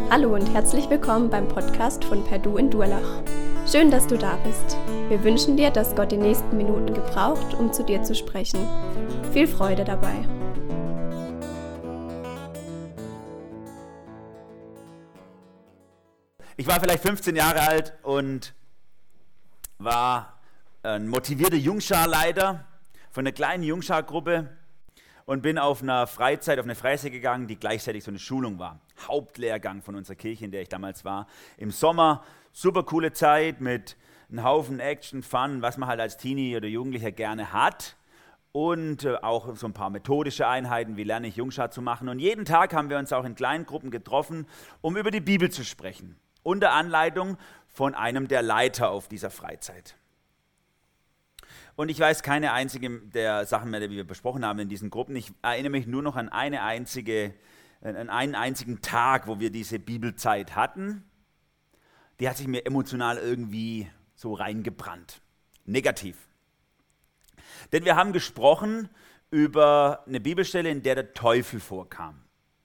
Hallo und herzlich willkommen beim Podcast von Perdu in Durlach. Schön, dass du da bist. Wir wünschen dir, dass Gott die nächsten Minuten gebraucht, um zu dir zu sprechen. Viel Freude dabei. Ich war vielleicht 15 Jahre alt und war ein motivierter Jungscharleiter von einer kleinen Jungschargruppe und bin auf eine Freizeit gegangen, die gleichzeitig so eine Schulung war. Hauptlehrgang von unserer Kirche, in der ich damals war. Im Sommer, super coole Zeit mit einem Haufen Action, Fun, was man halt als Teenie oder Jugendlicher gerne hat. Und auch so ein paar methodische Einheiten, wie lerne ich Jungschar zu machen. Und jeden Tag haben wir uns auch in kleinen Gruppen getroffen, um über die Bibel zu sprechen. Unter Anleitung von einem der Leiter auf dieser Freizeit. Und ich weiß keine einzige der Sachen mehr, die wir besprochen haben in diesen Gruppen. Ich erinnere mich nur noch an einen einzigen Tag, wo wir diese Bibelzeit hatten. Die hat sich mir emotional irgendwie so reingebrannt. Negativ. Denn wir haben gesprochen über eine Bibelstelle, in der der Teufel vorkam.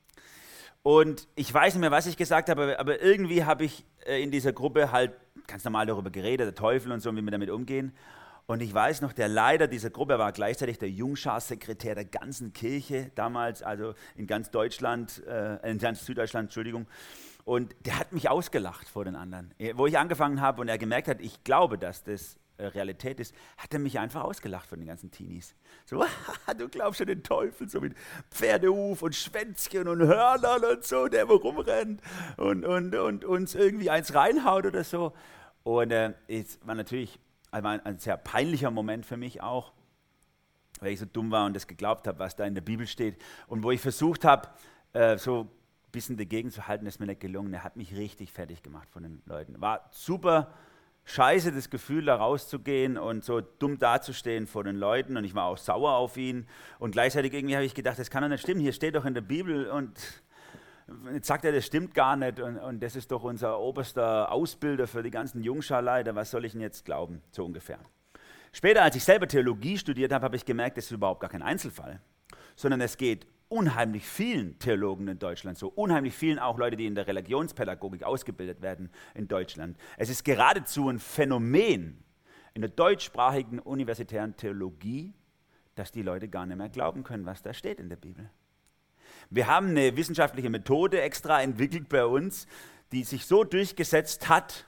Und ich weiß nicht mehr, was ich gesagt habe, aber irgendwie habe ich in dieser Gruppe halt ganz normal darüber geredet, der Teufel und so, wie wir damit umgehen. Und ich weiß noch, der Leiter dieser Gruppe war gleichzeitig der Jungschar-Sekretär der ganzen Kirche damals, also in ganz Deutschland, in ganz Süddeutschland, Entschuldigung. Und der hat mich ausgelacht vor den anderen. Wo ich angefangen habe und er gemerkt hat, ich glaube, dass das Realität ist, hat er mich einfach ausgelacht von den ganzen Teenies. So, du glaubst schon den Teufel, so mit Pferdehuf und Schwänzchen und Hörnern und so, der wo rumrennt und uns irgendwie eins reinhaut oder so. Und es war natürlich ein sehr peinlicher Moment für mich auch, weil ich so dumm war und das geglaubt habe, was da in der Bibel steht. Und wo ich versucht habe, so ein bisschen dagegen zu halten, ist mir nicht gelungen. Er hat mich richtig fertig gemacht von den Leuten. War super scheiße, das Gefühl, da rauszugehen und so dumm dazustehen vor den Leuten. Und ich war auch sauer auf ihn. Und gleichzeitig irgendwie habe ich gedacht, das kann doch nicht stimmen. Hier steht doch in der Bibel und jetzt sagt er, das stimmt gar nicht und das ist doch unser oberster Ausbilder für die ganzen Jungscharleiter, was soll ich denn jetzt glauben, so ungefähr. Später, als ich selber Theologie studiert habe, habe ich gemerkt, das ist überhaupt gar kein Einzelfall, sondern es geht unheimlich vielen Theologen in Deutschland so, unheimlich vielen auch Leute, die in der Religionspädagogik ausgebildet werden in Deutschland. Es ist geradezu ein Phänomen in der deutschsprachigen universitären Theologie, dass die Leute gar nicht mehr glauben können, was da steht in der Bibel. Wir haben eine wissenschaftliche Methode extra entwickelt bei uns, die sich so durchgesetzt hat,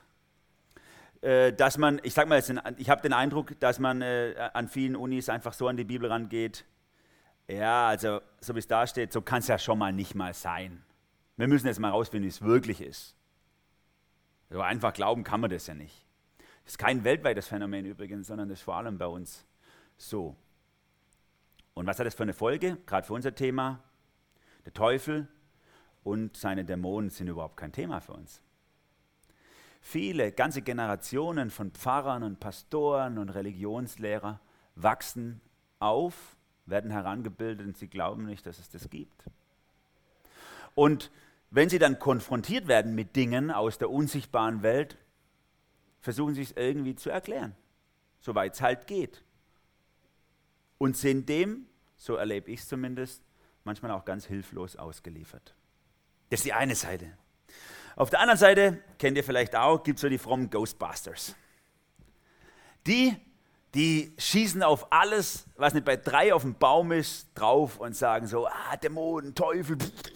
dass man, ich habe den Eindruck, dass man an vielen Unis einfach so an die Bibel rangeht. Ja, also so wie es da steht, so kann es ja schon mal nicht mal sein. Wir müssen jetzt mal rausfinden, wie es wirklich ist. So einfach glauben kann man das ja nicht. Das ist kein weltweites Phänomen übrigens, sondern das ist vor allem bei uns so. Und was hat das für eine Folge, gerade für unser Thema? Der Teufel und seine Dämonen sind überhaupt kein Thema für uns. Viele, ganze Generationen von Pfarrern und Pastoren und Religionslehrer wachsen auf, werden herangebildet und sie glauben nicht, dass es das gibt. Und wenn sie dann konfrontiert werden mit Dingen aus der unsichtbaren Welt, versuchen sie es irgendwie zu erklären, soweit es halt geht. Und sind dem, so erlebe ich es zumindest, manchmal auch ganz hilflos ausgeliefert. Das ist die eine Seite. Auf der anderen Seite, kennt ihr vielleicht auch, gibt es so die frommen Ghostbusters. Die schießen auf alles, was nicht bei 3 auf dem Baum ist, drauf und sagen so, Dämonen, Teufel,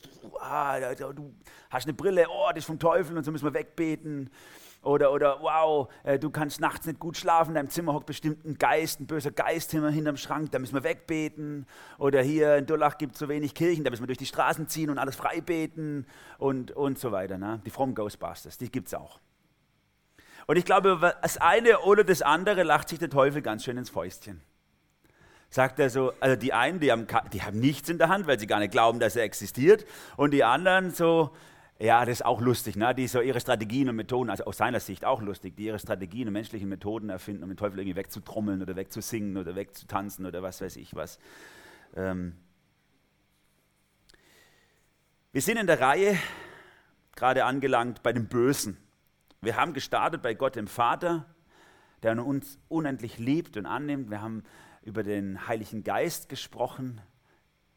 du hast eine Brille, das ist vom Teufel und so müssen wir wegbeten. Oder wow, du kannst nachts nicht gut schlafen, in deinem Zimmer hockt bestimmt ein böser Geist hinterm Schrank, da müssen wir wegbeten. Oder hier in Durlach gibt es so wenig Kirchen, da müssen wir durch die Straßen ziehen und alles frei beten und so weiter. Ne? Die frommen Ghostbusters, die gibt es auch. Und ich glaube, über das eine oder das andere lacht sich der Teufel ganz schön ins Fäustchen. Sagt er so, also die einen, die haben nichts in der Hand, weil sie gar nicht glauben, dass er existiert. Und die anderen so, ja, das ist auch lustig, ne? Die so ihre Strategien und Methoden, also aus seiner Sicht auch lustig, die ihre Strategien und menschlichen Methoden erfinden, um den Teufel irgendwie wegzutrommeln oder wegzusingen oder wegzutanzen oder was weiß ich was. Wir sind in der Reihe gerade angelangt bei dem Bösen. Wir haben gestartet bei Gott dem Vater, der uns unendlich liebt und annimmt. Wir haben über den Heiligen Geist gesprochen,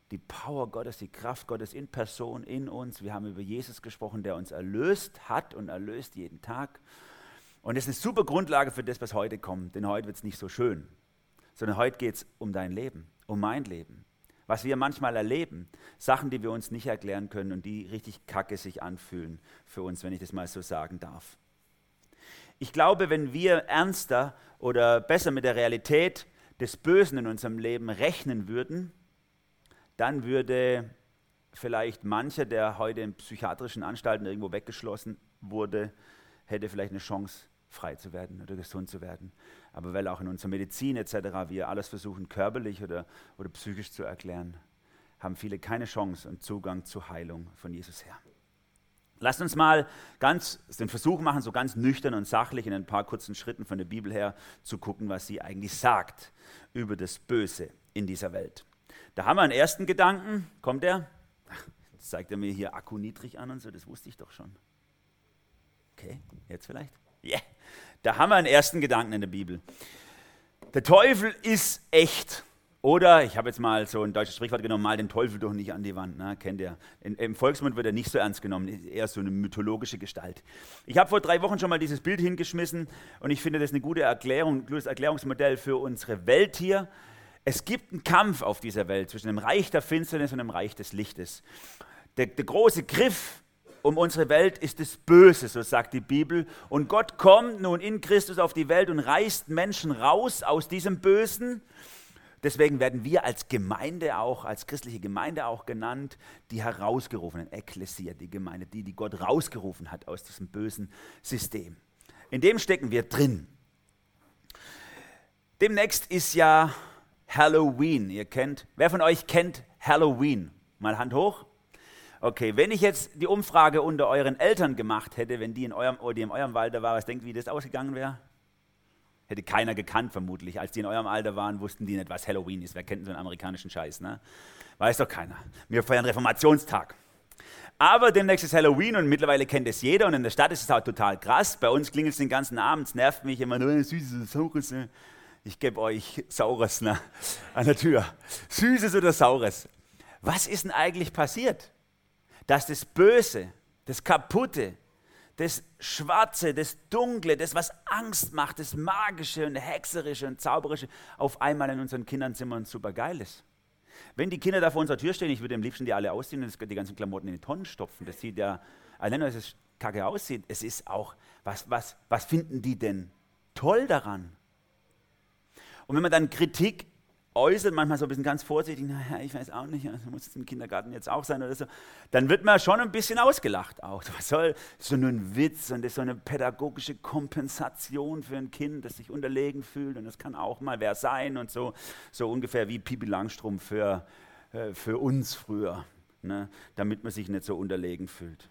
die Power Gottes, die Kraft Gottes in Person, in uns. Wir haben über Jesus gesprochen, der uns erlöst hat und erlöst jeden Tag. Und das ist eine super Grundlage für das, was heute kommt. Denn heute wird es nicht so schön, sondern heute geht es um dein Leben, um mein Leben. Was wir manchmal erleben, Sachen, die wir uns nicht erklären können und die richtig kacke sich anfühlen für uns, wenn ich das mal so sagen darf. Ich glaube, wenn wir ernster oder besser mit der Realität des Bösen in unserem Leben rechnen würden, dann würde vielleicht mancher, der heute in psychiatrischen Anstalten irgendwo weggeschlossen wurde, hätte vielleicht eine Chance, frei zu werden oder gesund zu werden. Aber weil auch in unserer Medizin etc. wir alles versuchen, körperlich oder psychisch zu erklären, haben viele keine Chance und Zugang zur Heilung von Jesus her. Lasst uns mal den Versuch machen, so ganz nüchtern und sachlich in ein paar kurzen Schritten von der Bibel her zu gucken, was sie eigentlich sagt über das Böse in dieser Welt. Da haben wir einen ersten Gedanken. Kommt der? Jetzt zeigt er mir hier Akku niedrig an und so, das wusste ich doch schon. Okay, jetzt vielleicht? Yeah. Da haben wir einen ersten Gedanken in der Bibel. Der Teufel ist echt. Oder, ich habe jetzt mal so ein deutsches Sprichwort genommen, mal den Teufel doch nicht an die Wand. Na, kennt ihr? Im Volksmund wird er nicht so ernst genommen, eher so eine mythologische Gestalt. Ich habe vor 3 Wochen schon mal dieses Bild hingeschmissen und ich finde das eine gute Erklärung, ein gutes Erklärungsmodell für unsere Welt hier. Es gibt einen Kampf auf dieser Welt zwischen dem Reich der Finsternis und dem Reich des Lichtes. Der große Griff um unsere Welt ist das Böse, so sagt die Bibel. Und Gott kommt nun in Christus auf die Welt und reißt Menschen raus aus diesem Bösen. Deswegen werden wir als Gemeinde auch, als christliche Gemeinde auch genannt, die Herausgerufenen, Ekklesia, die Gemeinde, die Gott rausgerufen hat aus diesem bösen System. In dem stecken wir drin. Demnächst ist ja Halloween. Wer von euch kennt Halloween? Mal Hand hoch. Okay, wenn ich jetzt die Umfrage unter euren Eltern gemacht hätte, wenn die in eurem Alter war, was denkt ihr, wie das ausgegangen wäre? Hätte keiner gekannt vermutlich. Als die in eurem Alter waren, wussten die nicht, was Halloween ist. Wer kennt so einen amerikanischen Scheiß, ne? Weiß doch keiner. Wir feiern Reformationstag. Aber demnächst ist Halloween und mittlerweile kennt es jeder und in der Stadt ist es auch total krass. Bei uns klingelt es den ganzen Abend, es nervt mich immer nur, Süßes oder Saures. Ne? Ich gebe euch Saures an der Tür. Süßes oder Saures. Was ist denn eigentlich passiert? Dass das Böse, das Kaputte, das Schwarze, das Dunkle, das, was Angst macht, das Magische und Hexerische und Zauberische, auf einmal in unseren Kindernzimmern super geil ist. Wenn die Kinder da vor unserer Tür stehen, ich würde am liebsten die alle ausziehen und die ganzen Klamotten in die Tonnen stopfen. Das sieht ja, allein weil es kacke aussieht, es ist auch, was finden die denn toll daran? Und wenn man dann Kritik äußert, manchmal so ein bisschen ganz vorsichtig, naja, ich weiß auch nicht, also muss es im Kindergarten jetzt auch sein oder so, dann wird man schon ein bisschen ausgelacht auch. Was soll, das ist so nur ein Witz und das ist so eine pädagogische Kompensation für ein Kind, das sich unterlegen fühlt und das kann auch mal wer sein und so ungefähr wie Pippi Langstrumpf für uns früher, ne, damit man sich nicht so unterlegen fühlt.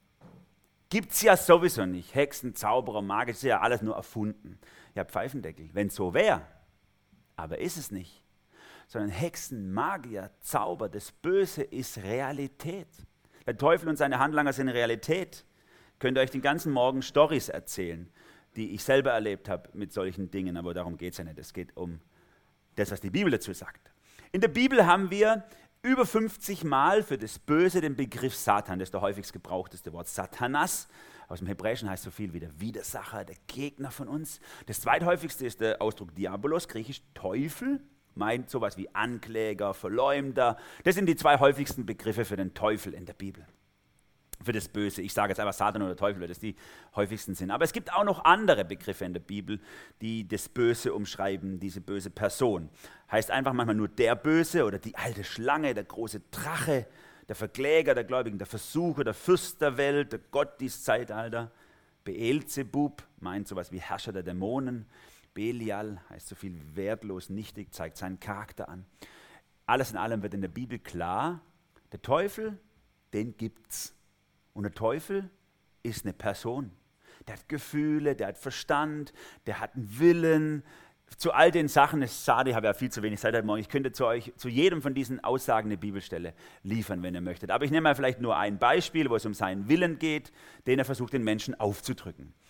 Gibt es ja sowieso nicht. Hexen, Zauberer, Magier, das ist ja alles nur erfunden. Ja, Pfeifendeckel, wenn es so wäre, aber ist es nicht. Sondern Hexen, Magier, Zauber, das Böse ist Realität. Der Teufel und seine Handlanger sind Realität. Könnt ihr euch den ganzen Morgen Storys erzählen, die ich selber erlebt habe mit solchen Dingen, aber darum geht es ja nicht. Es geht um das, was die Bibel dazu sagt. In der Bibel haben wir über 50 Mal für das Böse den Begriff Satan, das ist der häufigst gebrauchteste Wort. Satanas, aus dem Hebräischen heißt so viel wie der Widersacher, der Gegner von uns. Das zweithäufigste ist der Ausdruck Diabolos, griechisch Teufel. Meint sowas wie Ankläger, Verleumder. Das sind die 2 häufigsten Begriffe für den Teufel in der Bibel. Für das Böse. Ich sage jetzt einfach Satan oder Teufel, weil das die häufigsten sind. Aber es gibt auch noch andere Begriffe in der Bibel, die das Böse umschreiben, diese böse Person. Heißt einfach manchmal nur der Böse oder die alte Schlange, der große Drache, der Verkläger der Gläubigen, der Versucher, der Fürst der Welt, der Gott dieses Zeitalter. Beelzebub meint sowas wie Herrscher der Dämonen. Belial heißt so viel wie wertlos, nichtig, zeigt seinen Charakter an. Alles in allem wird in der Bibel klar, der Teufel, den gibt's. Und der Teufel ist eine Person. Der hat Gefühle, der hat Verstand, der hat einen Willen. Zu all den Sachen, ist schade, ich habe ja viel zu wenig Zeit heute Morgen, ich könnte zu jedem von diesen Aussagen eine Bibelstelle liefern, wenn ihr möchtet. Aber ich nehme mal vielleicht nur ein Beispiel, wo es um seinen Willen geht, den er versucht, den Menschen aufzudrücken.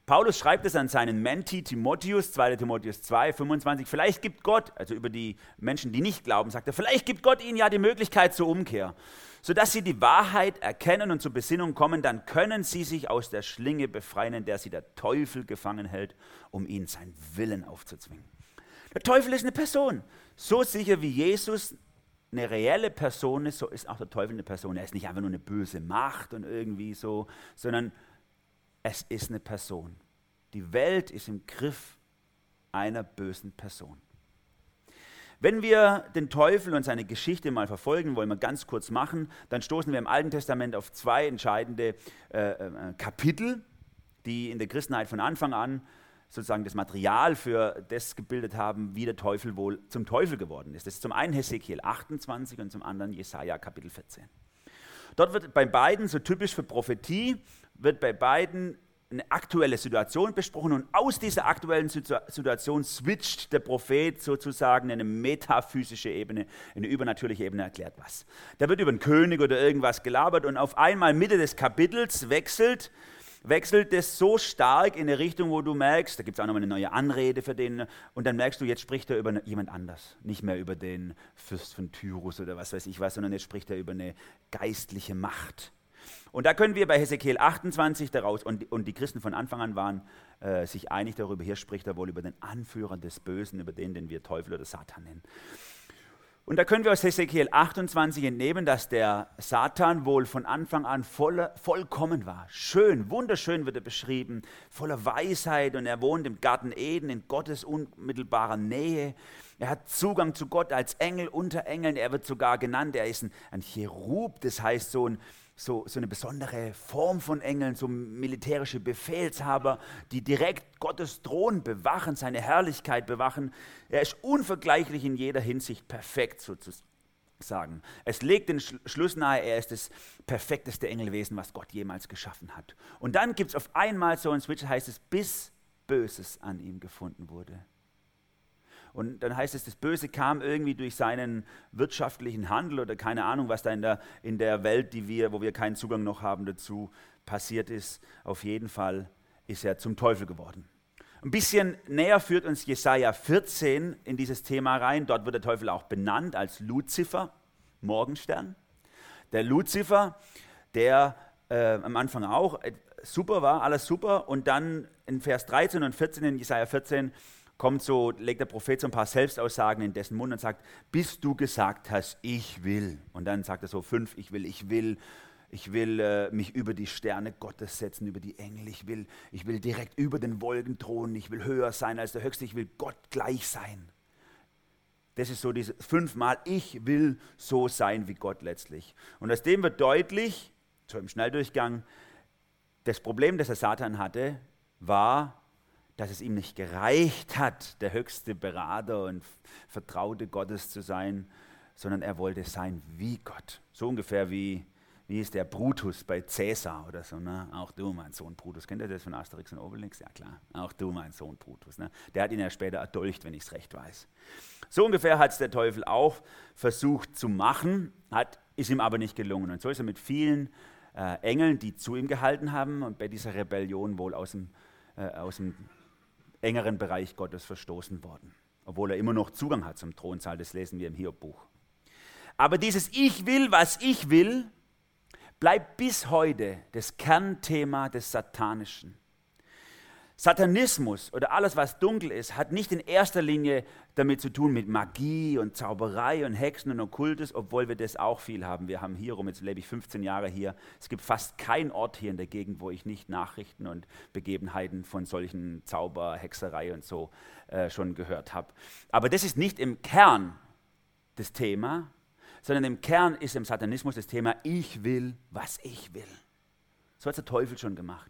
Paulus schreibt es an seinen Mentee Timotheus, 2. Timotheus 2, 25. Vielleicht gibt Gott, also über die Menschen, die nicht glauben, sagt er, vielleicht gibt Gott ihnen ja die Möglichkeit zur Umkehr, sodass sie die Wahrheit erkennen und zur Besinnung kommen, dann können sie sich aus der Schlinge befreien, in der sie der Teufel gefangen hält, um ihnen seinen Willen aufzuzwingen. Der Teufel ist eine Person. So sicher wie Jesus eine reelle Person ist, so ist auch der Teufel eine Person. Er ist nicht einfach nur eine böse Macht und irgendwie so, sondern es ist eine Person. Die Welt ist im Griff einer bösen Person. Wenn wir den Teufel und seine Geschichte mal verfolgen, wollen wir ganz kurz machen, dann stoßen wir im Alten Testament auf zwei entscheidende Kapitel, die in der Christenheit von Anfang an sozusagen das Material für das gebildet haben, wie der Teufel wohl zum Teufel geworden ist. Das ist zum einen Hesekiel 28 und zum anderen Jesaja Kapitel 14. Dort wird bei beiden, so typisch für Prophetie, wird bei beiden eine aktuelle Situation besprochen und aus dieser aktuellen Situation switcht der Prophet sozusagen in eine metaphysische Ebene, in eine übernatürliche Ebene, erklärt was. Da wird über einen König oder irgendwas gelabert und auf einmal Mitte des Kapitels wechselt es so stark in eine Richtung, wo du merkst, da gibt es auch nochmal eine neue Anrede für den und dann merkst du, jetzt spricht er über jemand anders, nicht mehr über den Fürst von Tyrus oder was weiß ich was, sondern jetzt spricht er über eine geistliche Macht. Und da können wir bei Hesekiel 28 daraus, und die Christen von Anfang an waren sich einig darüber, hier spricht er wohl über den Anführer des Bösen, über den wir Teufel oder Satan nennen. Und da können wir aus Hesekiel 28 entnehmen, dass der Satan wohl von Anfang an vollkommen war. Schön, wunderschön wird er beschrieben, voller Weisheit und er wohnt im Garten Eden in Gottes unmittelbarer Nähe. Er hat Zugang zu Gott als Engel unter Engeln, er wird sogar genannt, er ist ein Cherub, das heißt so eine besondere Form von Engeln, so militärische Befehlshaber, die direkt Gottes Thron bewachen, seine Herrlichkeit bewachen. Er ist unvergleichlich in jeder Hinsicht perfekt sozusagen. Es legt den Schluss nahe, er ist das perfekteste Engelwesen, was Gott jemals geschaffen hat. Und dann gibt es auf einmal so einen Switch, heißt es, bis Böses an ihm gefunden wurde. Und dann heißt es, das Böse kam irgendwie durch seinen wirtschaftlichen Handel oder keine Ahnung, was da in der Welt, wo wir keinen Zugang noch haben dazu, passiert ist. Auf jeden Fall ist er zum Teufel geworden. Ein bisschen näher führt uns Jesaja 14 in dieses Thema rein. Dort wird der Teufel auch benannt als Luzifer, Morgenstern. Der Luzifer, der am Anfang auch super war, alles super. Und dann in Vers 13 und 14 in Jesaja 14 legt der Prophet so ein paar Selbstaussagen in dessen Mund und sagt, bis du gesagt hast, ich will. Und dann sagt er so 5, ich will mich über die Sterne Gottes setzen, über die Engel. Ich will direkt über den Wolken thronen. Ich will höher sein als der Höchste. Ich will Gott gleich sein. Das ist so diese 5-mal, ich will so sein wie Gott letztlich. Und aus dem wird deutlich, so im Schnelldurchgang, das Problem, das der Satan hatte, war, dass es ihm nicht gereicht hat, der höchste Berater und Vertraute Gottes zu sein, sondern er wollte sein wie Gott. So ungefähr wie ist der Brutus bei Cäsar oder so. Ne? Auch du, mein Sohn Brutus. Kennt ihr das von Asterix und Obelix? Ja klar, auch du, mein Sohn Brutus. Ne? Der hat ihn ja später erdolcht, wenn ich es recht weiß. So ungefähr hat es der Teufel auch versucht zu machen, ist ihm aber nicht gelungen. Und so ist er mit vielen Engeln, die zu ihm gehalten haben und bei dieser Rebellion wohl aus dem engeren Bereich Gottes verstoßen worden, obwohl er immer noch Zugang hat zum Thronsaal, das lesen wir im Hiob-Buch. Aber dieses Ich will, was ich will, bleibt bis heute das Kernthema des Satanischen. Satanismus oder alles, was dunkel ist, hat nicht in erster Linie damit zu tun mit Magie und Zauberei und Hexen und Okkultes, obwohl wir das auch viel haben. Wir haben hier rum, jetzt lebe ich 15 Jahre hier, es gibt fast keinen Ort hier in der Gegend, wo ich nicht Nachrichten und Begebenheiten von solchen Zauber, Hexerei und so schon gehört habe. Aber das ist nicht im Kern das Thema, sondern im Kern ist im Satanismus das Thema, ich will, was ich will. So hat der Teufel schon gemacht.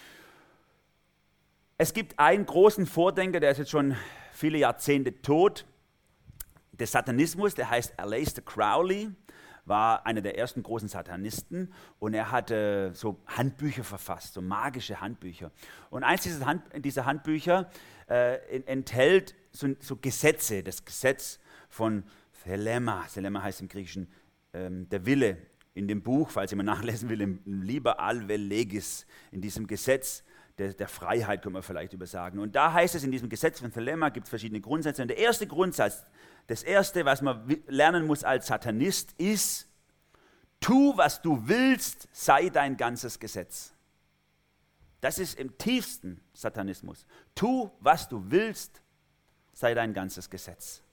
Es gibt einen großen Vordenker, der ist jetzt schon viele Jahrzehnte tot, des Satanismus, der heißt Aleister Crowley, war einer der ersten großen Satanisten und er hatte so Handbücher verfasst, so magische Handbücher. Und eins dieser Handbücher enthält so Gesetze, das Gesetz von Thelema. Thelema heißt im Griechischen der Wille. In dem Buch, falls jemand nachlesen will, im Liber Alve Legis, in diesem Gesetz der Freiheit, können wir vielleicht übersagen. Und da heißt es in diesem Gesetz von Thelema, gibt es verschiedene Grundsätze. Und der erste Grundsatz, das erste, was man lernen muss als Satanist, ist, tu, was du willst, sei dein ganzes Gesetz. Das ist im tiefsten Satanismus. Tu, was du willst, sei dein ganzes Gesetz.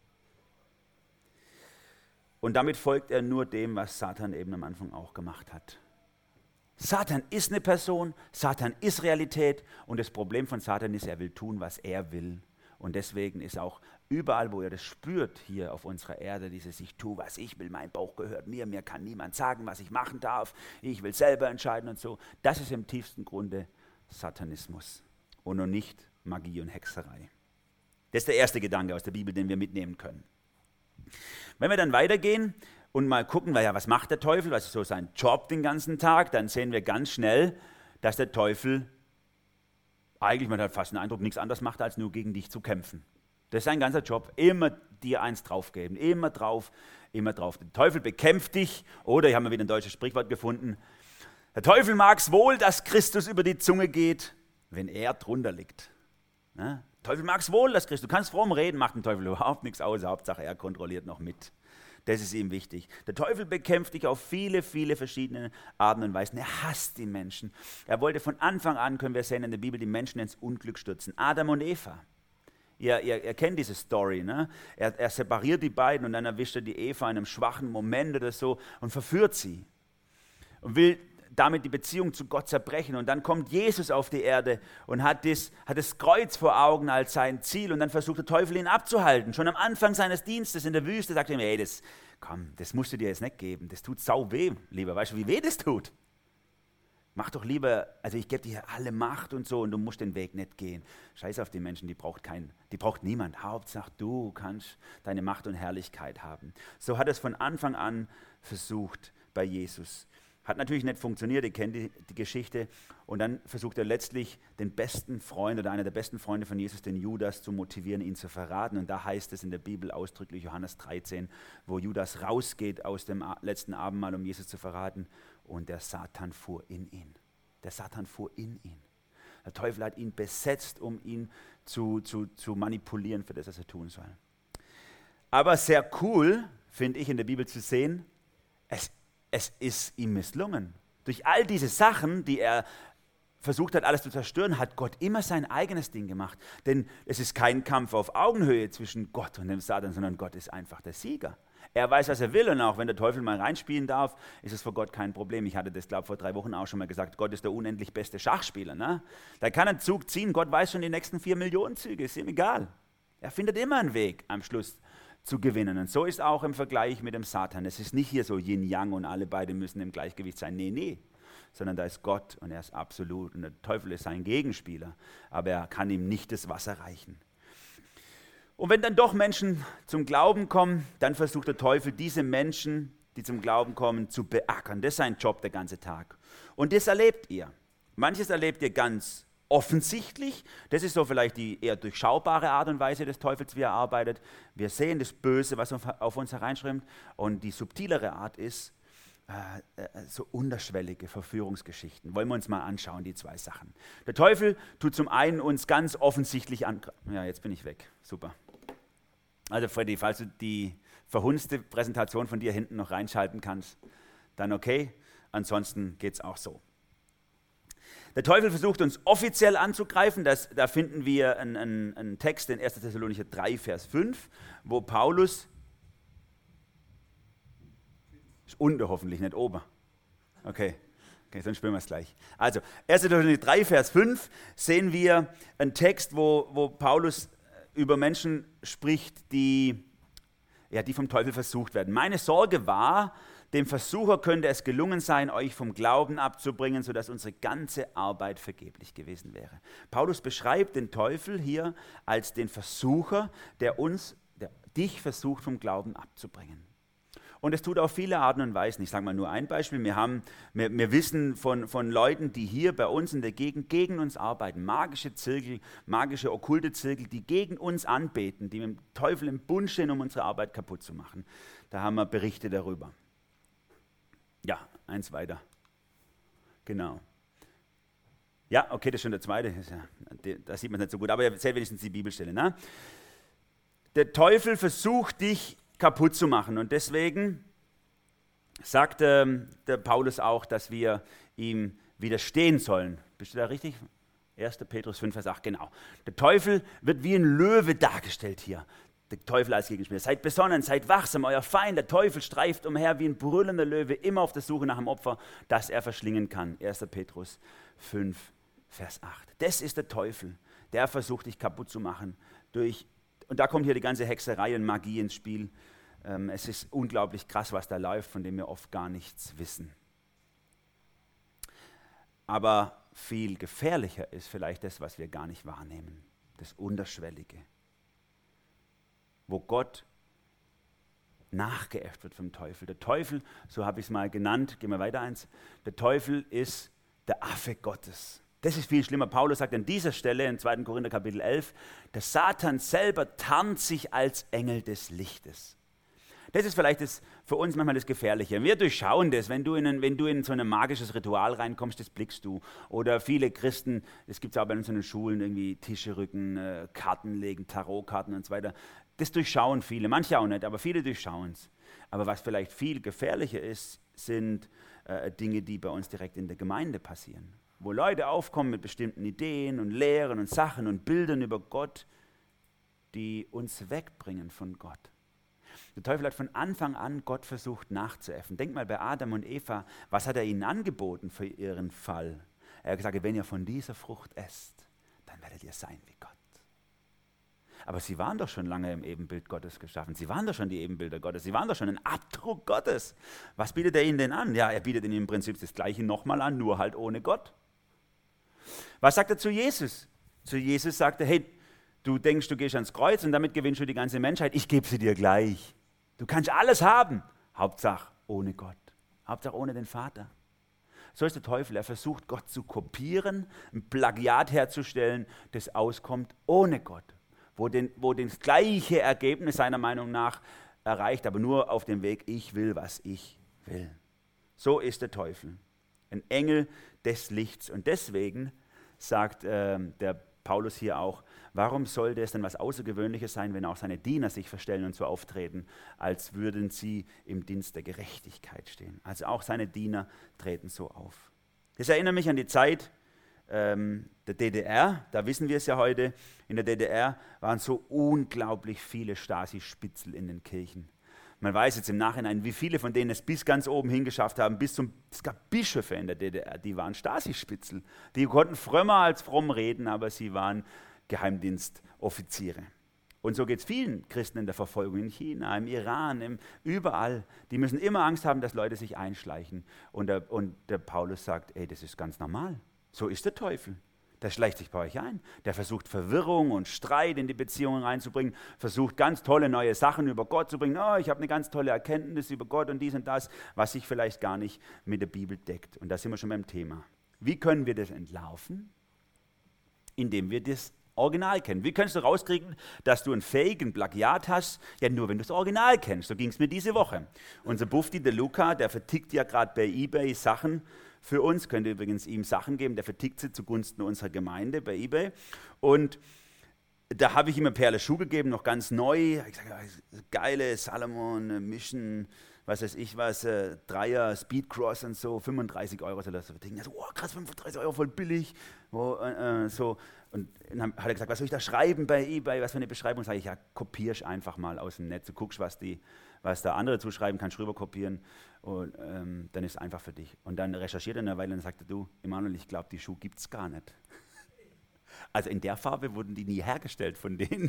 Und damit folgt er nur dem, was Satan eben am Anfang auch gemacht hat. Satan ist eine Person, Satan ist Realität und das Problem von Satan ist, er will tun, was er will. Und deswegen ist auch überall, wo ihr das spürt, hier auf unserer Erde, dieses Ich tue, was ich will, mein Bauch gehört mir kann niemand sagen, was ich machen darf, ich will selber entscheiden und so. Das ist im tiefsten Grunde Satanismus und noch nicht Magie und Hexerei. Das ist der erste Gedanke aus der Bibel, den wir mitnehmen können. Wenn wir dann weitergehen und mal gucken, was macht der Teufel, was ist so sein Job den ganzen Tag, dann sehen wir ganz schnell, dass der Teufel eigentlich, man hat fast den Eindruck, nichts anderes macht, als nur gegen dich zu kämpfen. Das ist sein ganzer Job, immer dir eins draufgeben, immer drauf. Der Teufel bekämpft dich, oder, hier haben wir wieder ein deutsches Sprichwort gefunden, der Teufel mag es wohl, dass Christus über die Zunge geht, wenn er drunter liegt. Der Teufel mag es wohl, dass Christus, du kannst fromm reden, macht dem Teufel überhaupt nichts aus, Hauptsache er kontrolliert noch mit. Das ist ihm wichtig. Der Teufel bekämpft dich auf viele, viele verschiedene Arten und Weisen. Er hasst die Menschen. Er wollte von Anfang an, können wir sehen in der Bibel, die Menschen ins Unglück stürzen. Adam und Eva. Ihr kennt diese Story, ne? Er separiert die beiden und dann erwischt er die Eva in einem schwachen Moment oder so und verführt sie. Und will damit die Beziehung zu Gott zerbrechen. Und dann kommt Jesus auf die Erde und hat das Kreuz vor Augen als sein Ziel. Und dann versucht der Teufel, ihn abzuhalten. Schon am Anfang seines Dienstes in der Wüste sagt er ihm, hey, das musst du dir jetzt nicht geben. Das tut sau weh, lieber. Weißt du, wie weh das tut? Mach doch lieber, also ich gebe dir alle Macht und so und du musst den Weg nicht gehen. Scheiß auf die Menschen, die braucht niemand. Hauptsache du kannst deine Macht und Herrlichkeit haben. So hat es von Anfang an versucht bei Jesus. Hat natürlich nicht funktioniert, ihr kennt die Geschichte. Und dann versucht er letztlich den besten Freund oder einer der besten Freunde von Jesus, den Judas, zu motivieren, ihn zu verraten. Und da heißt es in der Bibel ausdrücklich, Johannes 13, wo Judas rausgeht aus dem letzten Abendmahl, um Jesus zu verraten. Und der Satan fuhr in ihn. Der Satan fuhr in ihn. Der Teufel hat ihn besetzt, um ihn zu manipulieren für das, was er tun soll. Aber sehr cool, finde ich, in der Bibel zu sehen, es ist ihm misslungen. Durch all diese Sachen, die er versucht hat, alles zu zerstören, hat Gott immer sein eigenes Ding gemacht. Denn es ist kein Kampf auf Augenhöhe zwischen Gott und dem Satan, sondern Gott ist einfach der Sieger. Er weiß, was er will und auch wenn der Teufel mal reinspielen darf, ist es für Gott kein Problem. Ich hatte das, glaube ich, vor 3 Wochen auch schon mal gesagt, Gott ist der unendlich beste Schachspieler. Ne? Da kann ein Zug ziehen, Gott weiß schon die nächsten 4 Millionen Züge, ist ihm egal. Er findet immer einen Weg am Schluss zu gewinnen. Und so ist auch im Vergleich mit dem Satan. Es ist nicht hier so Yin-Yang und alle beide müssen im Gleichgewicht sein. Nee. Sondern da ist Gott und er ist absolut. Und der Teufel ist sein Gegenspieler. Aber er kann ihm nicht das Wasser reichen. Und wenn dann doch Menschen zum Glauben kommen, dann versucht der Teufel, diese Menschen, die zum Glauben kommen, zu beackern. Das ist sein Job der ganze Tag. Und das erlebt ihr. Manches erlebt ihr ganz offensichtlich, das ist so vielleicht die eher durchschaubare Art und Weise des Teufels, wie er arbeitet. Wir sehen das Böse, was auf uns hereinschreibt. Und die subtilere Art ist so unterschwellige Verführungsgeschichten. Wollen wir uns mal anschauen, die 2 Sachen. Der Teufel tut zum einen uns ganz offensichtlich an... Ja, jetzt bin ich weg. Super. Also Freddy, falls du die verhunzte Präsentation von dir hinten noch reinschalten kannst, dann okay. Ansonsten geht es auch so. Der Teufel versucht uns offiziell anzugreifen. Da finden wir einen Text in 1. Thessalonicher 3, Vers 5, wo Paulus, ist unten hoffentlich, nicht oben. Okay, sonst spüren wir es gleich. Also, 1. Thessalonicher 3, Vers 5 sehen wir einen Text, wo Paulus über Menschen spricht, die vom Teufel versucht werden. Meine Sorge war, dem Versucher könnte es gelungen sein, euch vom Glauben abzubringen, sodass unsere ganze Arbeit vergeblich gewesen wäre. Paulus beschreibt den Teufel hier als den Versucher, der dich versucht, vom Glauben abzubringen. Und es tut auf viele Arten und Weisen. Ich sage mal nur ein Beispiel. Wir wissen von Leuten, die hier bei uns in der Gegend gegen uns arbeiten. Magische Zirkel, magische okkulte Zirkel, die gegen uns anbeten, die mit dem Teufel im Bund stehen, um unsere Arbeit kaputt zu machen. Da haben wir Berichte darüber. Ja, eins weiter. Genau. Ja, okay, das ist schon der zweite. Da sieht man nicht so gut, aber er erzählt wenigstens die Bibelstelle. Ne? Der Teufel versucht, dich kaputt zu machen. Und deswegen sagt der Paulus auch, dass wir ihm widerstehen sollen. Bist du da richtig? 1. Petrus 5, Vers 8, genau. Der Teufel wird wie ein Löwe dargestellt hier. Der Teufel als Gegenspieler. Seid besonnen, seid wachsam, euer Feind, der Teufel, streift umher wie ein brüllender Löwe, immer auf der Suche nach einem Opfer, das er verschlingen kann. 1. Petrus 5, Vers 8. Das ist der Teufel, der versucht, dich kaputt zu machen. Und da kommt hier die ganze Hexerei und Magie ins Spiel. Es ist unglaublich krass, was da läuft, von dem wir oft gar nichts wissen. Aber viel gefährlicher ist vielleicht das, was wir gar nicht wahrnehmen, das Unterschwellige, wo Gott nachgeäfft wird vom Teufel. Der Teufel, so habe ich es mal genannt, gehen wir weiter eins, der Teufel ist der Affe Gottes. Das ist viel schlimmer. Paulus sagt an dieser Stelle in 2. Korinther Kapitel 11, der Satan selber tarnt sich als Engel des Lichtes. Das ist vielleicht für uns manchmal das Gefährliche. Wir durchschauen das, wenn du in so ein magisches Ritual reinkommst, das blickst du. Oder viele Christen, das gibt es auch bei uns in den Schulen, irgendwie Tische rücken, Karten legen, Tarotkarten und so weiter. Das durchschauen viele, manche auch nicht, aber viele durchschauen es. Aber was vielleicht viel gefährlicher ist, sind Dinge, die bei uns direkt in der Gemeinde passieren. Wo Leute aufkommen mit bestimmten Ideen und Lehren und Sachen und Bildern über Gott, die uns wegbringen von Gott. Der Teufel hat von Anfang an Gott versucht nachzuäffen. Denk mal bei Adam und Eva, was hat er ihnen angeboten für ihren Fall? Er hat gesagt, wenn ihr von dieser Frucht esst, dann werdet ihr sein wie Gott. Aber sie waren doch schon lange im Ebenbild Gottes geschaffen. Sie waren doch schon die Ebenbilder Gottes. Sie waren doch schon ein Abdruck Gottes. Was bietet er ihnen denn an? Ja, er bietet ihnen im Prinzip das Gleiche nochmal an, nur halt ohne Gott. Was sagt er zu Jesus? Zu Jesus sagt er, hey, du denkst, du gehst ans Kreuz und damit gewinnst du die ganze Menschheit. Ich gebe sie dir gleich. Du kannst alles haben. Hauptsache ohne Gott. Hauptsache ohne den Vater. So ist der Teufel. Er versucht, Gott zu kopieren, ein Plagiat herzustellen, das auskommt ohne Gott. Wo das gleiche Ergebnis seiner Meinung nach erreicht, aber nur auf dem Weg, ich will, was ich will. So ist der Teufel. Ein Engel des Lichts. Und deswegen sagt der Paulus hier auch, warum sollte es denn was Außergewöhnliches sein, wenn auch seine Diener sich verstellen und so auftreten, als würden sie im Dienst der Gerechtigkeit stehen. Also auch seine Diener treten so auf. Das erinnert mich an die Zeit der DDR, da wissen wir es ja heute, in der DDR waren so unglaublich viele Stasi-Spitzel in den Kirchen. Man weiß jetzt im Nachhinein, wie viele von denen es bis ganz oben hingeschafft haben, es gab Bischöfe in der DDR, die waren Stasi-Spitzel. Die konnten frömmer als fromm reden, aber sie waren Geheimdienstoffiziere. Und so geht es vielen Christen in der Verfolgung, in China, im Iran, überall. Die müssen immer Angst haben, dass Leute sich einschleichen. Und der Paulus sagt, ey, das ist ganz normal. So ist der Teufel. Der schleicht sich bei euch ein. Der versucht Verwirrung und Streit in die Beziehungen reinzubringen, versucht ganz tolle neue Sachen über Gott zu bringen. Oh, ich habe eine ganz tolle Erkenntnis über Gott und dies und das, was sich vielleicht gar nicht mit der Bibel deckt. Und da sind wir schon beim Thema. Wie können wir das entlarven? Indem wir das Original kennen. Wie kannst du rauskriegen, dass du einen fähigen Plagiat hast? Ja, nur wenn du das Original kennst. So ging es mir diese Woche. Unser Bufti, der Luca, der vertickt ja gerade bei eBay Sachen für uns. Könnt ihr übrigens ihm Sachen geben, der vertickt sie zugunsten unserer Gemeinde bei eBay. Und da habe ich ihm eine Perle Schuh gegeben, noch ganz neu. Ich sage, geile Salomon, Mission, was weiß ich was, Dreier, Speedcross und so, 35 € soll das verdienen. Also, oh krass, 35 € voll billig. So. Und dann hat er gesagt, was soll ich da schreiben bei eBay, was für eine Beschreibung? Sage ich, ja, kopierst einfach mal aus dem Netz. Du guckst, was da andere zuschreiben, kannst rüber kopieren und dann ist es einfach für dich. Und dann recherchiert er eine Weile und sagte, du, Emanuel, ich glaube, die Schuhe gibt es gar nicht. Also in der Farbe wurden die nie hergestellt von denen.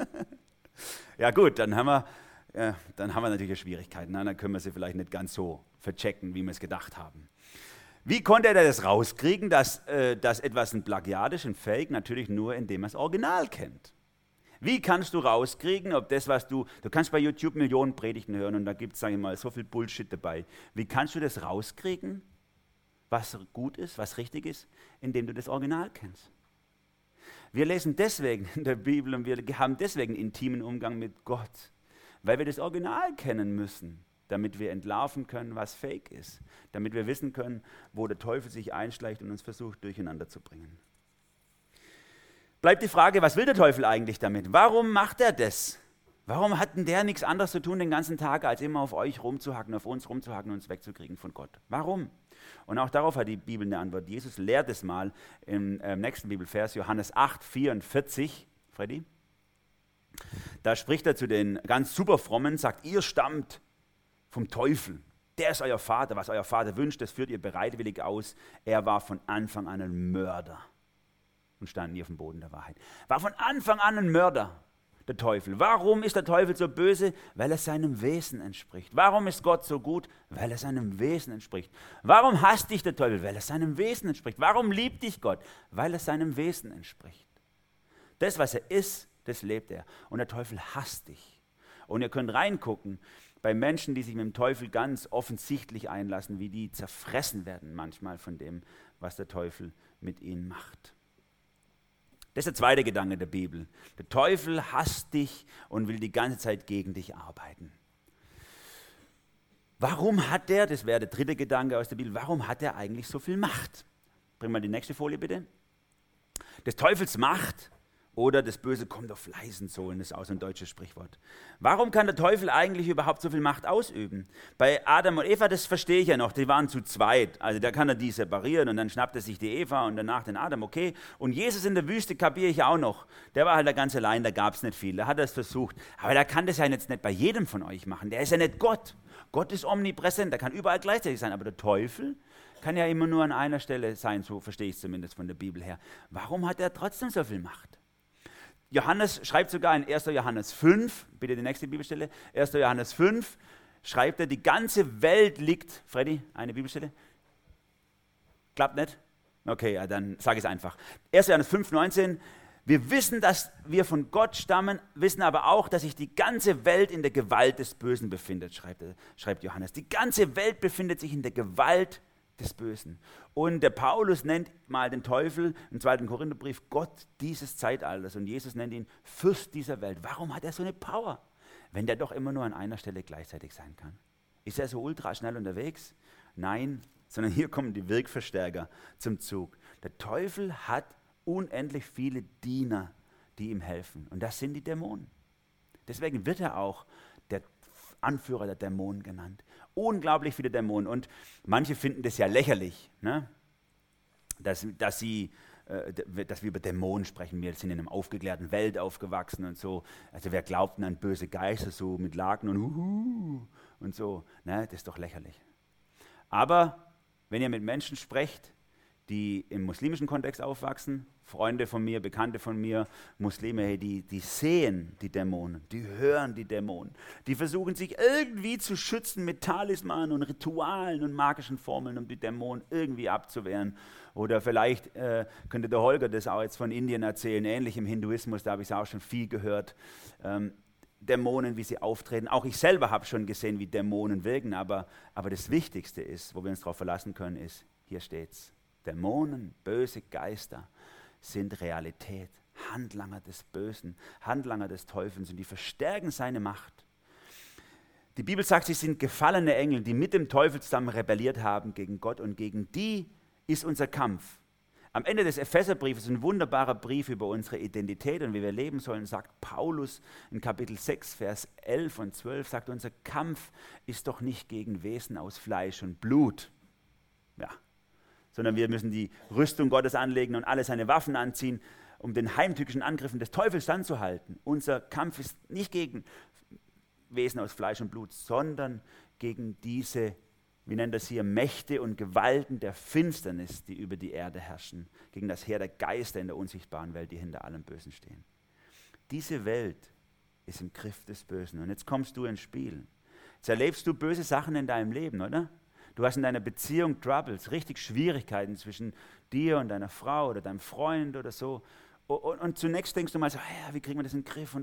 Ja gut, dann haben wir natürlich Schwierigkeiten. Dann können wir sie vielleicht nicht ganz so verchecken, wie wir es gedacht haben. Wie konnte er das rauskriegen, dass etwas ein Plagiat ist, ein Fake? Natürlich nur, indem er das Original kennt. Wie kannst du rauskriegen, ob das, was du kannst bei YouTube Millionen Predigten hören und da gibt es, sage ich mal, so viel Bullshit dabei. Wie kannst du das rauskriegen, was gut ist, was richtig ist, indem du das Original kennst? Wir lesen deswegen in der Bibel und wir haben deswegen einen intimen Umgang mit Gott, weil wir das Original kennen müssen, damit wir entlarven können, was Fake ist, damit wir wissen können, wo der Teufel sich einschleicht und uns versucht, durcheinander zu bringen. Bleibt die Frage, was will der Teufel eigentlich damit? Warum macht er das? Warum hat denn der nichts anderes zu tun den ganzen Tag, als immer auf euch rumzuhacken, auf uns rumzuhacken und uns wegzukriegen von Gott? Warum? Und auch darauf hat die Bibel eine Antwort. Jesus lehrt es mal im nächsten Bibelvers, Johannes 8, 44. Freddy? Da spricht er zu den ganz super Frommen, sagt, ihr stammt vom Teufel. Der ist euer Vater. Was euer Vater wünscht, das führt ihr bereitwillig aus. Er war von Anfang an ein Mörder und stand nie auf dem Boden der Wahrheit. War von Anfang an ein Mörder, der Teufel. Warum ist der Teufel so böse? Weil er seinem Wesen entspricht. Warum ist Gott so gut? Weil er seinem Wesen entspricht. Warum hasst dich der Teufel? Weil er seinem Wesen entspricht. Warum liebt dich Gott? Weil er seinem Wesen entspricht. Das, was er ist, das lebt er. Und der Teufel hasst dich. Und ihr könnt reingucken bei Menschen, die sich mit dem Teufel ganz offensichtlich einlassen, wie die zerfressen werden manchmal von dem, was der Teufel mit ihnen macht. Das ist der zweite Gedanke der Bibel. Der Teufel hasst dich und will die ganze Zeit gegen dich arbeiten. Warum hat er, das wäre der dritte Gedanke aus der Bibel, warum hat er eigentlich so viel Macht? Bring mal die nächste Folie bitte. Des Teufels Macht oder das Böse kommt auf leisen Sohlen, das ist auch so ein deutsches Sprichwort. Warum kann der Teufel eigentlich überhaupt so viel Macht ausüben? Bei Adam und Eva, das verstehe ich ja noch, die waren zu zweit. Also da kann er die separieren und dann schnappt er sich die Eva und danach den Adam, okay. Und Jesus in der Wüste kapiere ich auch noch. Der war halt da ganz allein, da gab es nicht viel, da hat er es versucht. Aber der kann das ja jetzt nicht bei jedem von euch machen, der ist ja nicht Gott. Gott ist omnipräsent, der kann überall gleichzeitig sein, aber der Teufel kann ja immer nur an einer Stelle sein, so verstehe ich es zumindest von der Bibel her. Warum hat er trotzdem so viel Macht? Johannes schreibt sogar in 1. Johannes 5, bitte die nächste Bibelstelle, 1. Johannes 5, schreibt er, die ganze Welt liegt, Freddy, eine Bibelstelle? Klappt nicht? Okay, ja, dann sage ich es einfach. 1. Johannes 5, 19, wir wissen, dass wir von Gott stammen, wissen aber auch, dass sich die ganze Welt in der Gewalt des Bösen befindet, schreibt Johannes. Die ganze Welt befindet sich in der Gewalt des Bösen. Und der Paulus nennt mal den Teufel im 2. Korintherbrief Gott dieses Zeitalters und Jesus nennt ihn Fürst dieser Welt. Warum hat er so eine Power, wenn der doch immer nur an einer Stelle gleichzeitig sein kann? Ist er so ultra schnell unterwegs? Nein, sondern hier kommen die Wirkverstärker zum Zug. Der Teufel hat unendlich viele Diener, die ihm helfen und das sind die Dämonen. Deswegen wird er auch der Anführer der Dämonen genannt. Unglaublich viele Dämonen und manche finden das ja lächerlich, ne? dass wir über Dämonen sprechen. Wir sind in einer aufgeklärten Welt aufgewachsen und so. Also wer glaubt an böse Geister so mit Laken und so, ne? Das ist doch lächerlich. Aber wenn ihr mit Menschen sprecht, die im muslimischen Kontext aufwachsen, Freunde von mir, Bekannte von mir, Muslime, hey, die sehen die Dämonen, die hören die Dämonen, die versuchen sich irgendwie zu schützen mit Talismanen und Ritualen und magischen Formeln, um die Dämonen irgendwie abzuwehren. Oder vielleicht könnte der Holger das auch jetzt von Indien erzählen, ähnlich im Hinduismus, da habe ich es auch schon viel gehört. Dämonen, wie sie auftreten. Auch ich selber habe schon gesehen, wie Dämonen wirken, aber das Wichtigste ist, wo wir uns darauf verlassen können, ist, hier steht's. Dämonen, böse Geister sind Realität, Handlanger des Bösen, Handlanger des Teufels und die verstärken seine Macht. Die Bibel sagt, sie sind gefallene Engel, die mit dem Teufel zusammen rebelliert haben gegen Gott und gegen die ist unser Kampf. Am Ende des Epheserbriefes, ein wunderbarer Brief über unsere Identität und wie wir leben sollen, sagt Paulus in Kapitel 6, Vers 11 und 12, sagt, unser Kampf ist doch nicht gegen Wesen aus Fleisch und Blut. Ja. Sondern wir müssen die Rüstung Gottes anlegen und alle seine Waffen anziehen, um den heimtückischen Angriffen des Teufels standzuhalten. Unser Kampf ist nicht gegen Wesen aus Fleisch und Blut, sondern gegen diese, wie nennt das hier, Mächte und Gewalten der Finsternis, die über die Erde herrschen, gegen das Heer der Geister in der unsichtbaren Welt, die hinter allem Bösen stehen. Diese Welt ist im Griff des Bösen und jetzt kommst du ins Spiel. Jetzt erlebst du böse Sachen in deinem Leben, oder? Du hast in deiner Beziehung Troubles, richtig Schwierigkeiten zwischen dir und deiner Frau oder deinem Freund oder so. Und zunächst denkst du mal so, wie kriegen wir das in den Griff?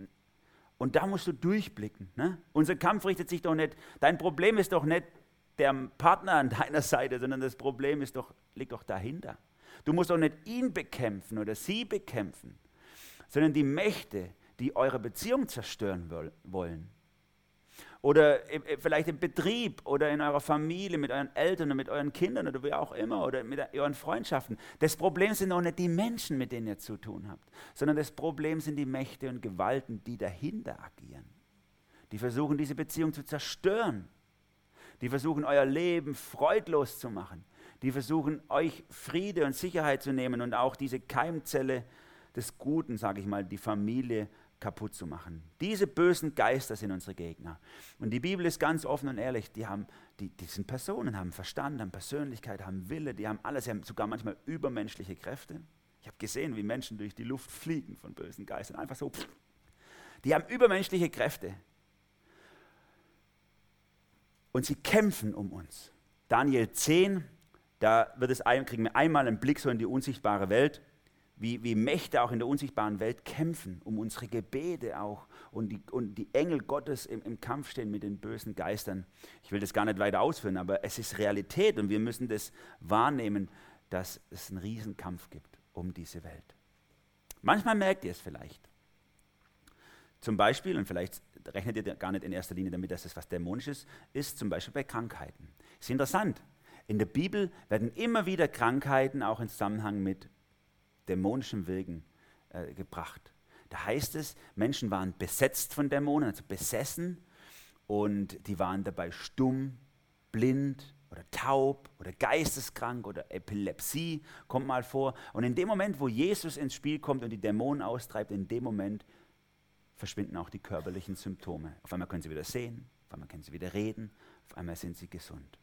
Und da musst du durchblicken. Ne? Unser Kampf richtet sich doch nicht, dein Problem ist doch nicht der Partner an deiner Seite, sondern das Problem liegt doch dahinter. Du musst doch nicht ihn bekämpfen oder sie bekämpfen, sondern die Mächte, die eure Beziehung zerstören wollen. Oder vielleicht im Betrieb oder in eurer Familie, mit euren Eltern oder mit euren Kindern oder wie auch immer oder mit euren Freundschaften. Das Problem sind auch nicht die Menschen, mit denen ihr zu tun habt, sondern das Problem sind die Mächte und Gewalten, die dahinter agieren. Die versuchen, diese Beziehung zu zerstören. Die versuchen, euer Leben freudlos zu machen. Die versuchen, euch Friede und Sicherheit zu nehmen und auch diese Keimzelle des Guten, sage ich mal, die Familie kaputt zu machen. Diese bösen Geister sind unsere Gegner. Und die Bibel ist ganz offen und ehrlich, die sind Personen, haben Verstand, haben Persönlichkeit, haben Wille, die haben alles, sie haben sogar manchmal übermenschliche Kräfte. Ich habe gesehen, wie Menschen durch die Luft fliegen von bösen Geistern, einfach so. Die haben übermenschliche Kräfte. Und sie kämpfen um uns. Daniel 10, da kriegen wir einmal einen Blick so in die unsichtbare Welt, wie Mächte auch in der unsichtbaren Welt kämpfen, um unsere Gebete auch und die Engel Gottes im Kampf stehen mit den bösen Geistern. Ich will das gar nicht weiter ausführen, aber es ist Realität und wir müssen das wahrnehmen, dass es einen Riesenkampf gibt um diese Welt. Manchmal merkt ihr es vielleicht. Zum Beispiel, und vielleicht rechnet ihr gar nicht in erster Linie damit, dass es was Dämonisches ist, zum Beispiel bei Krankheiten. Ist interessant. In der Bibel werden immer wieder Krankheiten auch in Zusammenhang mit dämonischem Wirken gebracht. Da heißt es, Menschen waren besetzt von Dämonen, also besessen, und die waren dabei stumm, blind oder taub oder geisteskrank oder Epilepsie kommt mal vor. Und in dem Moment, wo Jesus ins Spiel kommt und die Dämonen austreibt, in dem Moment verschwinden auch die körperlichen Symptome. Auf einmal können sie wieder sehen, auf einmal können sie wieder reden, auf einmal sind sie gesund.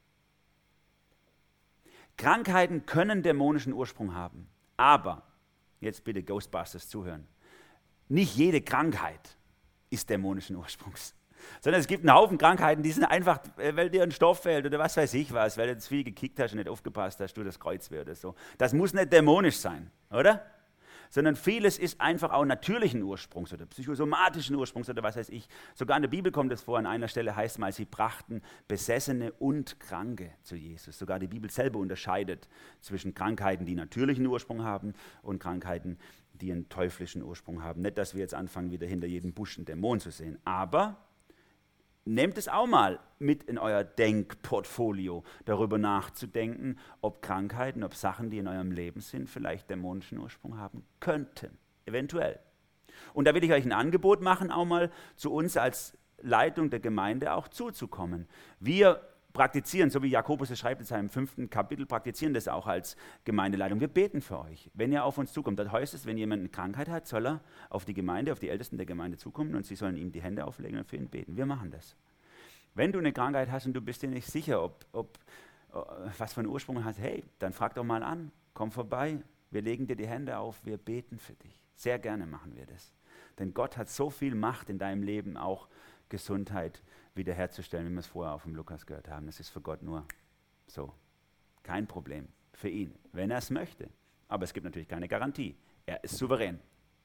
Krankheiten können dämonischen Ursprung haben, aber, jetzt bitte Ghostbusters zuhören, nicht jede Krankheit ist dämonischen Ursprungs. Sondern es gibt einen Haufen Krankheiten, die sind einfach, weil dir ein Stoff fehlt oder was weiß ich was, weil du zu viel gekickt hast und nicht aufgepasst hast, du das Kreuzweh oder so. Das muss nicht dämonisch sein, oder? Sondern vieles ist einfach auch natürlichen Ursprungs oder psychosomatischen Ursprungs oder was weiß ich. Sogar in der Bibel kommt es vor, an einer Stelle heißt es mal, sie brachten Besessene und Kranke zu Jesus. Sogar die Bibel selber unterscheidet zwischen Krankheiten, die natürlichen Ursprung haben und Krankheiten, die einen teuflischen Ursprung haben. Nicht, dass wir jetzt anfangen, wieder hinter jedem Busch einen Dämon zu sehen, aber nehmt es auch mal mit in euer Denkportfolio, darüber nachzudenken, ob Krankheiten, ob Sachen, die in eurem Leben sind, vielleicht dämonischen Ursprung haben könnten, eventuell. Und da will ich euch ein Angebot machen, auch mal zu uns als Leitung der Gemeinde auch zuzukommen. Wir praktizieren, so wie Jakobus es schreibt in seinem 5. Kapitel, praktizieren das auch als Gemeindeleitung. Wir beten für euch, wenn ihr auf uns zukommt. Das heißt es, wenn jemand eine Krankheit hat, soll er auf die Gemeinde, auf die Ältesten der Gemeinde zukommen und sie sollen ihm die Hände auflegen und für ihn beten. Wir machen das. Wenn du eine Krankheit hast und du bist dir nicht sicher, was für einen Ursprung hast, hey, dann frag doch mal an, komm vorbei, wir legen dir die Hände auf, wir beten für dich. Sehr gerne machen wir das. Denn Gott hat so viel Macht in deinem Leben, auch Gesundheit wiederherzustellen, wie wir es vorher auch vom Lukas gehört haben. Das ist für Gott nur so. Kein Problem für ihn, wenn er es möchte. Aber es gibt natürlich keine Garantie. Er ist souverän.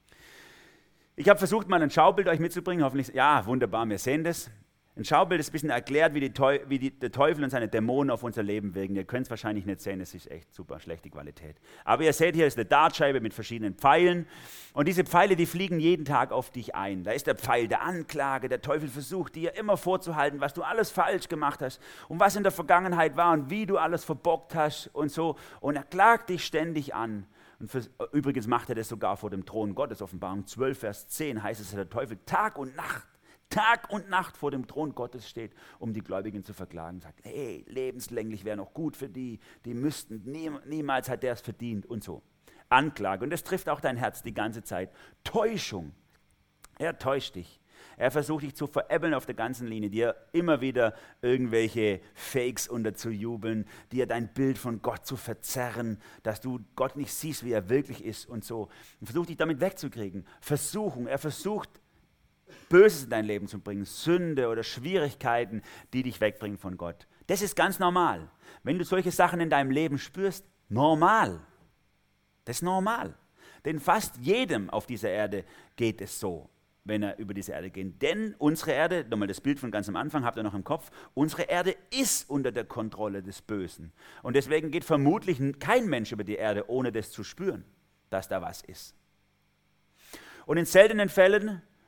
Ich habe versucht, mal ein Schaubild euch mitzubringen. Hoffentlich, ja, wunderbar, wir sehen das. Ein Schaubild ist ein bisschen erklärt, wie der Teufel und seine Dämonen auf unser Leben wirken. Ihr könnt es wahrscheinlich nicht sehen, es ist echt super schlechte Qualität. Aber ihr seht, hier ist eine Dartscheibe mit verschiedenen Pfeilen. Und diese Pfeile, die fliegen jeden Tag auf dich ein. Da ist der Pfeil der Anklage. Der Teufel versucht dir immer vorzuhalten, was du alles falsch gemacht hast und was in der Vergangenheit war und wie du alles verbockt hast und so. Und er klagt dich ständig an. Und übrigens macht er das sogar vor dem Thron Gottes. Offenbarung 12, Vers 10 heißt es, dass der Teufel Tag und Nacht vor dem Thron Gottes steht, um die Gläubigen zu verklagen. Sagt, hey, lebenslänglich wäre noch gut für die müssten, niemals hat der es verdient und so. Anklage, und das trifft auch dein Herz die ganze Zeit. Täuschung, er täuscht dich. Er versucht dich zu veräppeln auf der ganzen Linie, dir immer wieder irgendwelche Fakes unterzujubeln, dir dein Bild von Gott zu verzerren, dass du Gott nicht siehst, wie er wirklich ist und so. Und versucht dich damit wegzukriegen. Versuchung, er versucht Böses in dein Leben zu bringen, Sünde oder Schwierigkeiten, die dich wegbringen von Gott. Das ist ganz normal. Wenn du solche Sachen in deinem Leben spürst, normal. Das ist normal. Denn fast jedem auf dieser Erde geht es so, wenn er über diese Erde geht. Denn unsere Erde, nochmal das Bild von ganz am Anfang, habt ihr noch im Kopf, unsere Erde ist unter der Kontrolle des Bösen. Und deswegen geht vermutlich kein Mensch über die Erde, ohne das zu spüren, dass da was ist. Und in seltenen Fällen,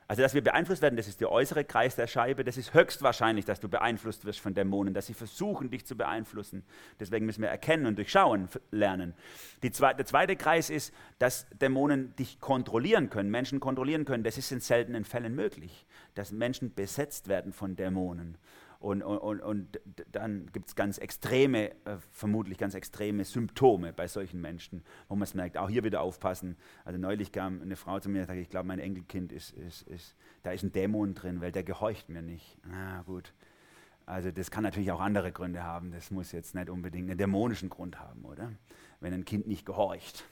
Also, dass wir beeinflusst werden, das ist der äußere Kreis der Scheibe. Das ist höchstwahrscheinlich, dass du beeinflusst wirst von Dämonen, dass sie versuchen, dich zu beeinflussen. Deswegen müssen wir erkennen und durchschauen lernen. Der zweite Kreis ist, dass Dämonen dich kontrollieren können, Menschen kontrollieren können. Das ist in seltenen Fällen möglich, dass Menschen besetzt werden von Dämonen. Und dann gibt es ganz extreme, vermutlich ganz extreme Symptome bei solchen Menschen, wo man es merkt, auch hier wieder aufpassen. Also neulich kam eine Frau zu mir und sagte, ich glaube, mein Enkelkind da ist ein Dämon drin, weil der gehorcht mir nicht. Na gut, also das kann natürlich auch andere Gründe haben, das muss jetzt nicht unbedingt einen dämonischen Grund haben, oder? Wenn ein Kind nicht gehorcht.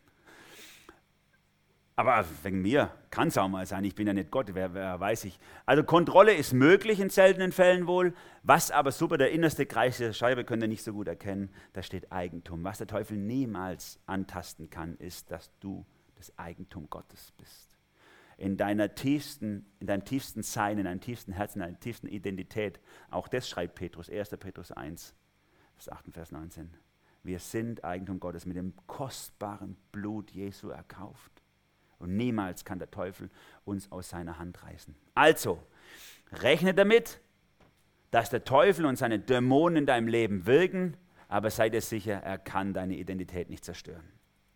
Aber wegen mir kann es auch mal sein, ich bin ja nicht Gott, wer weiß ich. Also Kontrolle ist möglich in seltenen Fällen wohl, was aber super der innerste Kreis der Scheibe könnt ihr nicht so gut erkennen, da steht Eigentum. Was der Teufel niemals antasten kann, ist, dass du das Eigentum Gottes bist. In deinem tiefsten Sein, in deinem tiefsten Herzen, in deiner tiefsten Identität, auch das schreibt Petrus, 1. Petrus 1, Vers 8 und Vers 19. Wir sind Eigentum Gottes, mit dem kostbaren Blut Jesu erkauft. Und niemals kann der Teufel uns aus seiner Hand reißen. Also, rechne damit, dass der Teufel und seine Dämonen in deinem Leben wirken, aber sei dir sicher, er kann deine Identität nicht zerstören.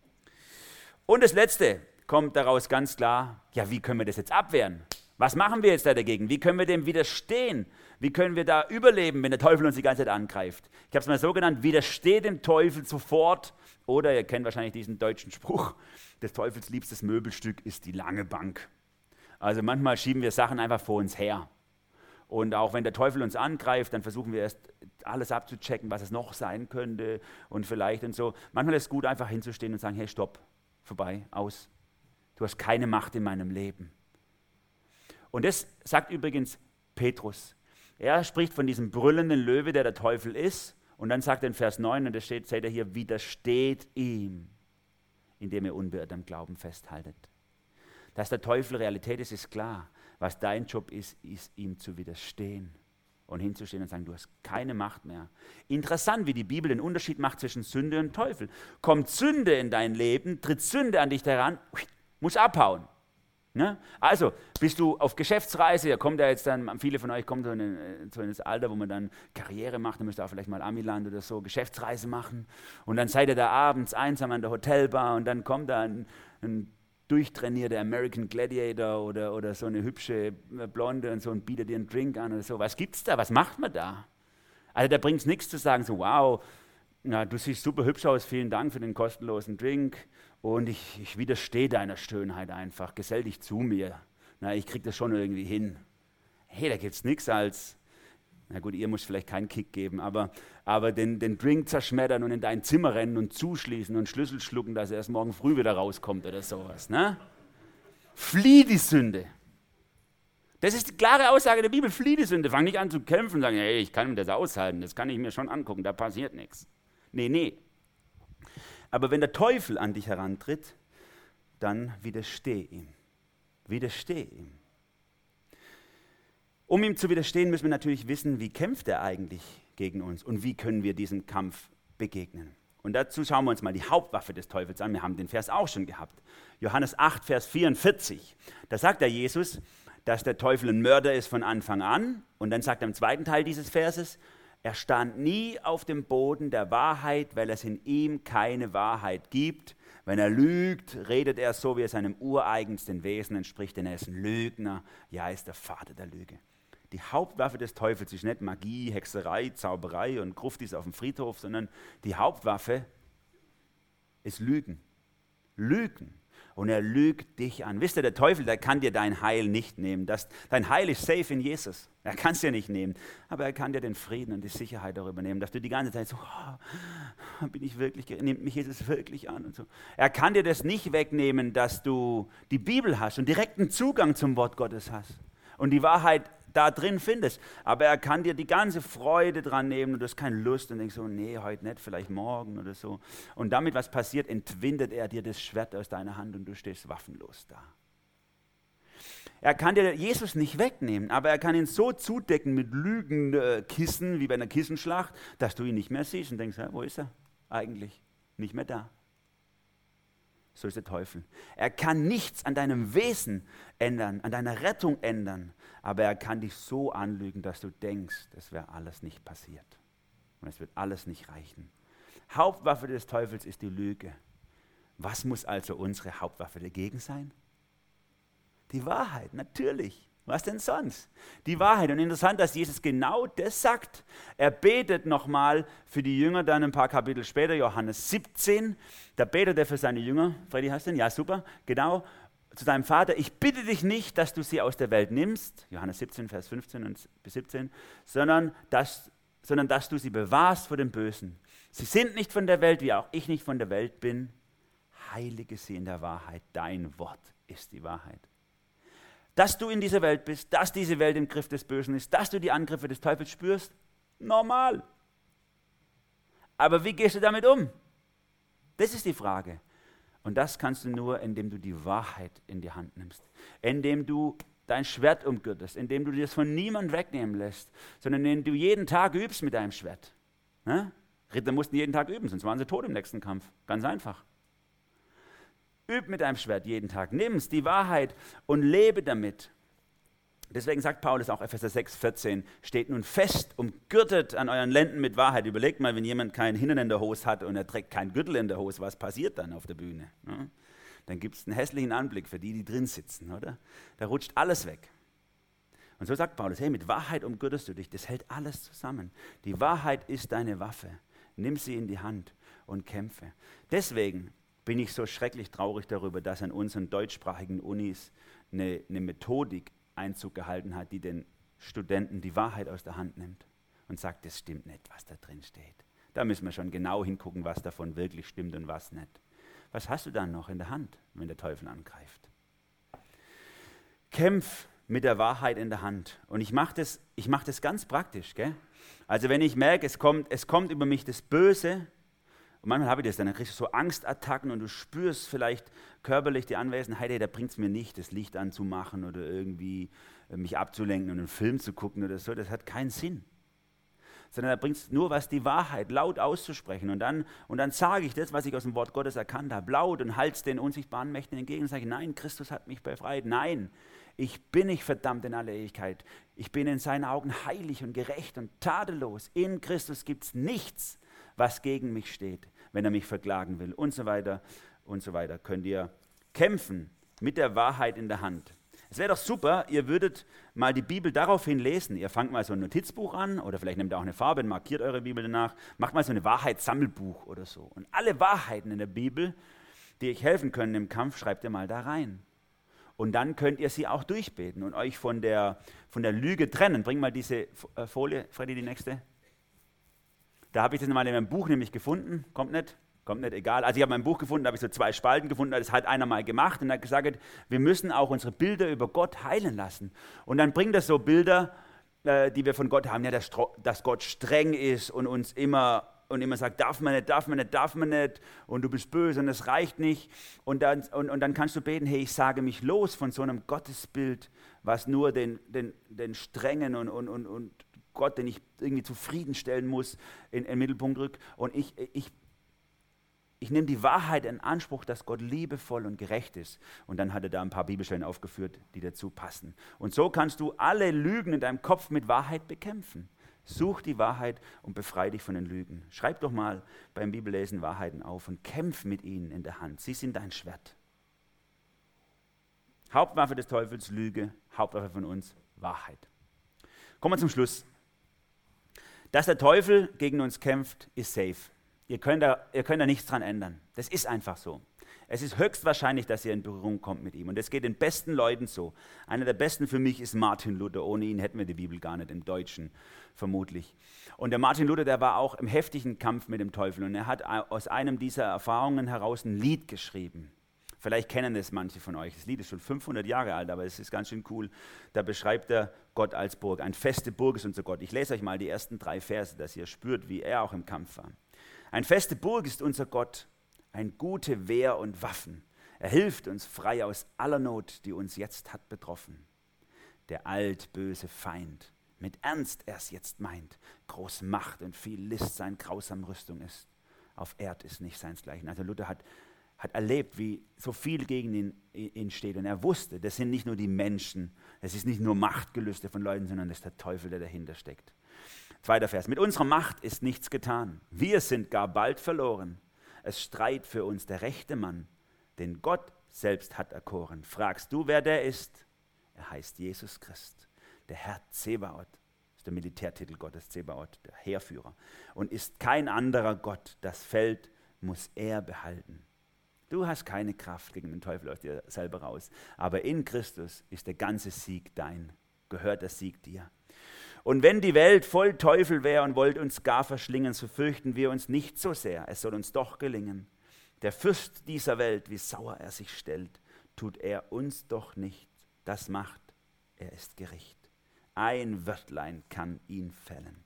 Und das Letzte kommt daraus ganz klar, ja, wie können wir das jetzt abwehren? Was machen wir jetzt da dagegen? Wie können wir dem widerstehen? Wie können wir da überleben, wenn der Teufel uns die ganze Zeit angreift? Ich habe es mal so genannt, widersteht dem Teufel sofort. Oder ihr kennt wahrscheinlich diesen deutschen Spruch, des Teufels liebstes Möbelstück ist die lange Bank. Also manchmal schieben wir Sachen einfach vor uns her. Und auch wenn der Teufel uns angreift, dann versuchen wir erst alles abzuchecken, was es noch sein könnte und vielleicht und so. Manchmal ist es gut, einfach hinzustehen und sagen, hey, stopp, vorbei, aus. Du hast keine Macht in meinem Leben. Und das sagt übrigens Petrus. Er spricht von diesem brüllenden Löwe, der Teufel ist. Und dann sagt er in Vers 9, und da seht ihr hier, widersteht ihm, indem ihr unbeirrt am Glauben festhaltet. Dass der Teufel Realität ist, ist klar. Was dein Job ist, ist ihm zu widerstehen und hinzustehen und sagen, du hast keine Macht mehr. Interessant, wie die Bibel den Unterschied macht zwischen Sünde und Teufel. Kommt Sünde in dein Leben, tritt Sünde an dich heran, muss abhauen. Ne? Also, bist du auf Geschäftsreise, kommt ja jetzt dann, viele von euch kommen so in das Alter, wo man dann Karriere macht, dann müsst ihr auch vielleicht mal Amiland oder so, Geschäftsreise machen und dann seid ihr da abends einsam an der Hotelbar und dann kommt da ein durchtrainierter American Gladiator oder so eine hübsche Blonde und so und bietet dir einen Drink an oder so. Was gibt's da? Was macht man da? Also da bringt es nichts zu sagen, so wow, na, du siehst super hübsch aus, vielen Dank für den kostenlosen Drink. Und ich widerstehe deiner Schönheit einfach, gesell dich zu mir. Na, ich krieg das schon irgendwie hin. Hey, da gibt's nichts als, na gut, ihr müsst vielleicht keinen Kick geben, aber den Drink zerschmettern und in dein Zimmer rennen und zuschließen und Schlüssel schlucken, dass er erst morgen früh wieder rauskommt oder sowas. Ne? Flieh die Sünde. Das ist die klare Aussage der Bibel, flieh die Sünde. Fang nicht an zu kämpfen und sagen, hey, ich kann mir das aushalten, das kann ich mir schon angucken, da passiert nichts. Nee. Aber wenn der Teufel an dich herantritt, dann widersteh ihm. Widersteh ihm. Um ihm zu widerstehen, müssen wir natürlich wissen, wie kämpft er eigentlich gegen uns und wie können wir diesem Kampf begegnen. Und dazu schauen wir uns mal die Hauptwaffe des Teufels an. Wir haben den Vers auch schon gehabt. Johannes 8, Vers 44. Da sagt der Jesus, dass der Teufel ein Mörder ist von Anfang an. Und dann sagt er im zweiten Teil dieses Verses, er stand nie auf dem Boden der Wahrheit, weil es in ihm keine Wahrheit gibt. Wenn er lügt, redet er so, wie es seinem ureigensten Wesen entspricht, denn er ist ein Lügner. Ja, er ist der Vater der Lüge. Die Hauptwaffe des Teufels ist nicht Magie, Hexerei, Zauberei und Gruftis auf dem Friedhof, sondern die Hauptwaffe ist Lügen. Lügen. Und er lügt dich an. Wisst ihr, der Teufel, der kann dir dein Heil nicht nehmen. Dein Heil ist safe in Jesus. Er kann es dir nicht nehmen. Aber er kann dir den Frieden und die Sicherheit darüber nehmen, dass du die ganze Zeit so, nimmt mich Jesus wirklich an und so. Er kann dir das nicht wegnehmen, dass du die Bibel hast und direkten Zugang zum Wort Gottes hast und die Wahrheit da drin findest. Aber er kann dir die ganze Freude dran nehmen und du hast keine Lust und denkst so, nee, heute nicht, vielleicht morgen oder so. Und damit, was passiert, entwindet er dir das Schwert aus deiner Hand und du stehst waffenlos da. Er kann dir Jesus nicht wegnehmen, aber er kann ihn so zudecken mit Lügenkissen, wie bei einer Kissenschlacht, dass du ihn nicht mehr siehst und denkst, wo ist er eigentlich? Nicht mehr da. So ist der Teufel. Er kann nichts an deinem Wesen ändern, an deiner Rettung ändern, aber er kann dich so anlügen, dass du denkst, es wäre alles nicht passiert. Und es wird alles nicht reichen. Hauptwaffe des Teufels ist die Lüge. Was muss also unsere Hauptwaffe dagegen sein? Die Wahrheit, natürlich. Was denn sonst? Die Wahrheit. Und interessant, dass Jesus genau das sagt. Er betet nochmal für die Jünger, dann ein paar Kapitel später, Johannes 17. Da betet er für seine Jünger. Freddy, hast du den? Ja, super. Genau. Zu seinem Vater. Ich bitte dich nicht, dass du sie aus der Welt nimmst. Johannes 17, Vers 15 und bis 17. Sondern dass du sie bewahrst vor dem Bösen. Sie sind nicht von der Welt, wie auch ich nicht von der Welt bin. Heilige sie in der Wahrheit. Dein Wort ist die Wahrheit. Dass du in dieser Welt bist, dass diese Welt im Griff des Bösen ist, dass du die Angriffe des Teufels spürst, normal. Aber wie gehst du damit um? Das ist die Frage. Und das kannst du nur, indem du die Wahrheit in die Hand nimmst, indem du dein Schwert umgürtest, indem du dir das von niemandem wegnehmen lässt, sondern indem du jeden Tag übst mit deinem Schwert. Ne? Ritter mussten jeden Tag üben, sonst waren sie tot im nächsten Kampf. Ganz einfach. Üb mit deinem Schwert jeden Tag, nimm's die Wahrheit und lebe damit. Deswegen sagt Paulus auch, Epheser 6, 14, steht nun fest, umgürtet an euren Lenden mit Wahrheit. Überlegt mal, wenn jemand kein Hintern in der Hose hat und er trägt keinen Gürtel in der Hose, was passiert dann auf der Bühne? Ja? Dann gibt es einen hässlichen Anblick für die drin sitzen, oder? Da rutscht alles weg. Und so sagt Paulus, hey, mit Wahrheit umgürtest du dich, das hält alles zusammen. Die Wahrheit ist deine Waffe. Nimm sie in die Hand und kämpfe. Deswegen bin ich so schrecklich traurig darüber, dass an unseren deutschsprachigen Unis eine Methodik Einzug gehalten hat, die den Studenten die Wahrheit aus der Hand nimmt und sagt, das stimmt nicht, was da drin steht. Da müssen wir schon genau hingucken, was davon wirklich stimmt und was nicht. Was hast du dann noch in der Hand, wenn der Teufel angreift? Kämpf mit der Wahrheit in der Hand. Und ich mach das ganz praktisch. Gell? Also wenn ich merke, es kommt über mich das Böse, und manchmal habe ich das, dann kriegst du so Angstattacken und du spürst vielleicht körperlich die Anwesenheit, hey, da bringt es mir nicht, das Licht anzumachen oder irgendwie mich abzulenken und einen Film zu gucken oder so, das hat keinen Sinn. Sondern da bringt es nur was, die Wahrheit laut auszusprechen und dann sage ich das, was ich aus dem Wort Gottes erkannt habe, laut und halte es den unsichtbaren Mächten entgegen und sage, nein, Christus hat mich befreit, nein, ich bin nicht verdammt in aller Ewigkeit, ich bin in seinen Augen heilig und gerecht und tadellos, in Christus gibt es nichts, was gegen mich steht, wenn er mich verklagen will und so weiter und so weiter. Könnt ihr kämpfen mit der Wahrheit in der Hand. Es wäre doch super, ihr würdet mal die Bibel daraufhin lesen. Ihr fangt mal so ein Notizbuch an oder vielleicht nehmt ihr auch eine Farbe und markiert eure Bibel danach. Macht mal so ein Wahrheitssammelbuch oder so. Und alle Wahrheiten in der Bibel, die euch helfen können im Kampf, schreibt ihr mal da rein. Und dann könnt ihr sie auch durchbeten und euch von der Lüge trennen. Bring mal diese Folie, Freddy, die nächste. Da habe ich das mal in meinem Buch nämlich gefunden. Kommt nicht, egal. Also ich habe mein Buch gefunden, da habe ich so 2 Spalten gefunden, das hat einer mal gemacht und hat gesagt, wir müssen auch unsere Bilder über Gott heilen lassen. Und dann bringt das so Bilder, die wir von Gott haben, ja, dass Gott streng ist und uns immer sagt, darf man nicht und du bist böse und es reicht nicht. Und dann kannst du beten, hey, ich sage mich los von so einem Gottesbild, was nur den strengen und Gott, den ich irgendwie zufriedenstellen muss, in den Mittelpunkt rückt. Und ich nehme die Wahrheit in Anspruch, dass Gott liebevoll und gerecht ist. Und dann hat er da ein paar Bibelstellen aufgeführt, die dazu passen. Und so kannst du alle Lügen in deinem Kopf mit Wahrheit bekämpfen. Such die Wahrheit und befreie dich von den Lügen. Schreib doch mal beim Bibellesen Wahrheiten auf und kämpf mit ihnen in der Hand. Sie sind dein Schwert. Hauptwaffe des Teufels, Lüge. Hauptwaffe von uns, Wahrheit. Kommen wir zum Schluss. Dass der Teufel gegen uns kämpft, ist safe. Ihr könnt da nichts dran ändern. Das ist einfach so. Es ist höchstwahrscheinlich, dass ihr in Berührung kommt mit ihm. Und das geht den besten Leuten so. Einer der besten für mich ist Martin Luther. Ohne ihn hätten wir die Bibel gar nicht, im Deutschen vermutlich. Und der Martin Luther, der war auch im heftigen Kampf mit dem Teufel. Und er hat aus einem dieser Erfahrungen heraus ein Lied geschrieben. Vielleicht kennen das manche von euch. Das Lied ist schon 500 Jahre alt, aber es ist ganz schön cool. Da beschreibt er Gott als Burg. Eine feste Burg ist unser Gott. Ich lese euch mal die ersten 3 Verse, dass ihr spürt, wie er auch im Kampf war. Eine feste Burg ist unser Gott, ein gute Wehr und Waffen. Er hilft uns frei aus aller Not, die uns jetzt hat betroffen. Der altböse Feind, mit Ernst er's jetzt meint, groß Macht und viel List sein grausam Rüstung ist. Auf Erd ist nicht seinsgleichen. Also Luther hat hat erlebt, wie so viel gegen ihn steht. Und er wusste, das sind nicht nur die Menschen, es ist nicht nur Machtgelüste von Leuten, sondern das ist der Teufel, der dahinter steckt. 2. Vers. Mit unserer Macht ist nichts getan. Wir sind gar bald verloren. Es streit für uns der rechte Mann, den Gott selbst hat erkoren. Fragst du, wer der ist? Er heißt Jesus Christ, der Herr Zebaoth. Das ist der Militärtitel Gottes, Zebaoth, der Heerführer. Und ist kein anderer Gott. Das Feld muss er behalten. Du hast keine Kraft gegen den Teufel aus dir selber raus. Aber in Christus ist der ganze Sieg dein. Gehört der Sieg dir. Und wenn die Welt voll Teufel wäre und wollte uns gar verschlingen, so fürchten wir uns nicht so sehr. Es soll uns doch gelingen. Der Fürst dieser Welt, wie sauer er sich stellt, tut er uns doch nicht. Das macht, er ist Gericht. Ein Wörtlein kann ihn fällen.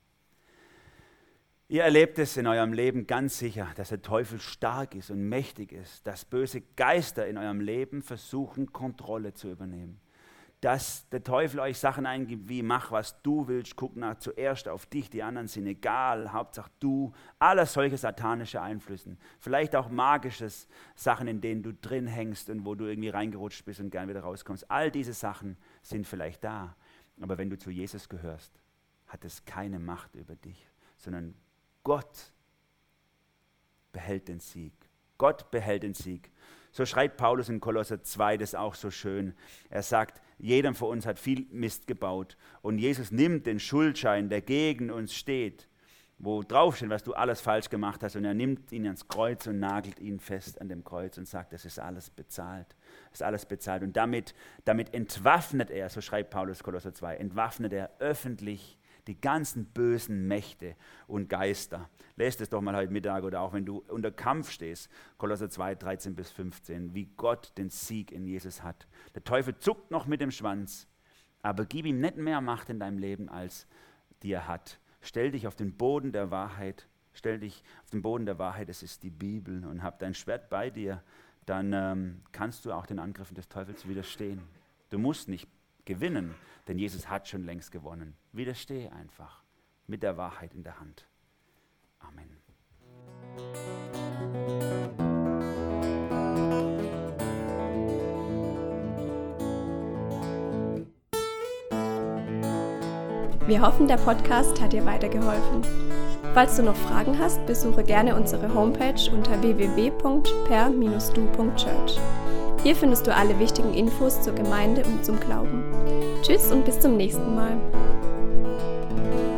Ihr erlebt es in eurem Leben ganz sicher, dass der Teufel stark ist und mächtig ist, dass böse Geister in eurem Leben versuchen, Kontrolle zu übernehmen. Dass der Teufel euch Sachen eingibt wie, mach was du willst, guck nach zuerst auf dich, die anderen sind egal, Hauptsache du. Alles solche satanische Einflüsse. Vielleicht auch magische Sachen, in denen du drin hängst und wo du irgendwie reingerutscht bist und gern wieder rauskommst. All diese Sachen sind vielleicht da. Aber wenn du zu Jesus gehörst, hat es keine Macht über dich, sondern Gott behält den Sieg. Gott behält den Sieg. So schreibt Paulus in Kolosser 2 das auch so schön. Er sagt, jeder von uns hat viel Mist gebaut und Jesus nimmt den Schuldschein, der gegen uns steht, wo draufsteht, was du alles falsch gemacht hast, und er nimmt ihn ans Kreuz und nagelt ihn fest an dem Kreuz und sagt, das ist alles bezahlt. Das ist alles bezahlt. Und damit entwaffnet er, so schreibt Paulus Kolosser 2, entwaffnet er öffentlich die ganzen bösen Mächte und Geister. Lest es doch mal heute Mittag oder auch wenn du unter Kampf stehst, Kolosser 2, 13 bis 15, wie Gott den Sieg in Jesus hat. Der Teufel zuckt noch mit dem Schwanz, aber gib ihm nicht mehr Macht in deinem Leben, als die er hat. Stell dich auf den Boden der Wahrheit, das ist die Bibel, und hab dein Schwert bei dir, dann kannst du auch den Angriffen des Teufels widerstehen. Du musst nicht gewinnen, denn Jesus hat schon längst gewonnen. Widerstehe einfach mit der Wahrheit in der Hand. Amen. Wir hoffen, der Podcast hat dir weitergeholfen. Falls du noch Fragen hast, besuche gerne unsere Homepage unter www.per-du.church. Hier findest du alle wichtigen Infos zur Gemeinde und zum Glauben. Tschüss und bis zum nächsten Mal.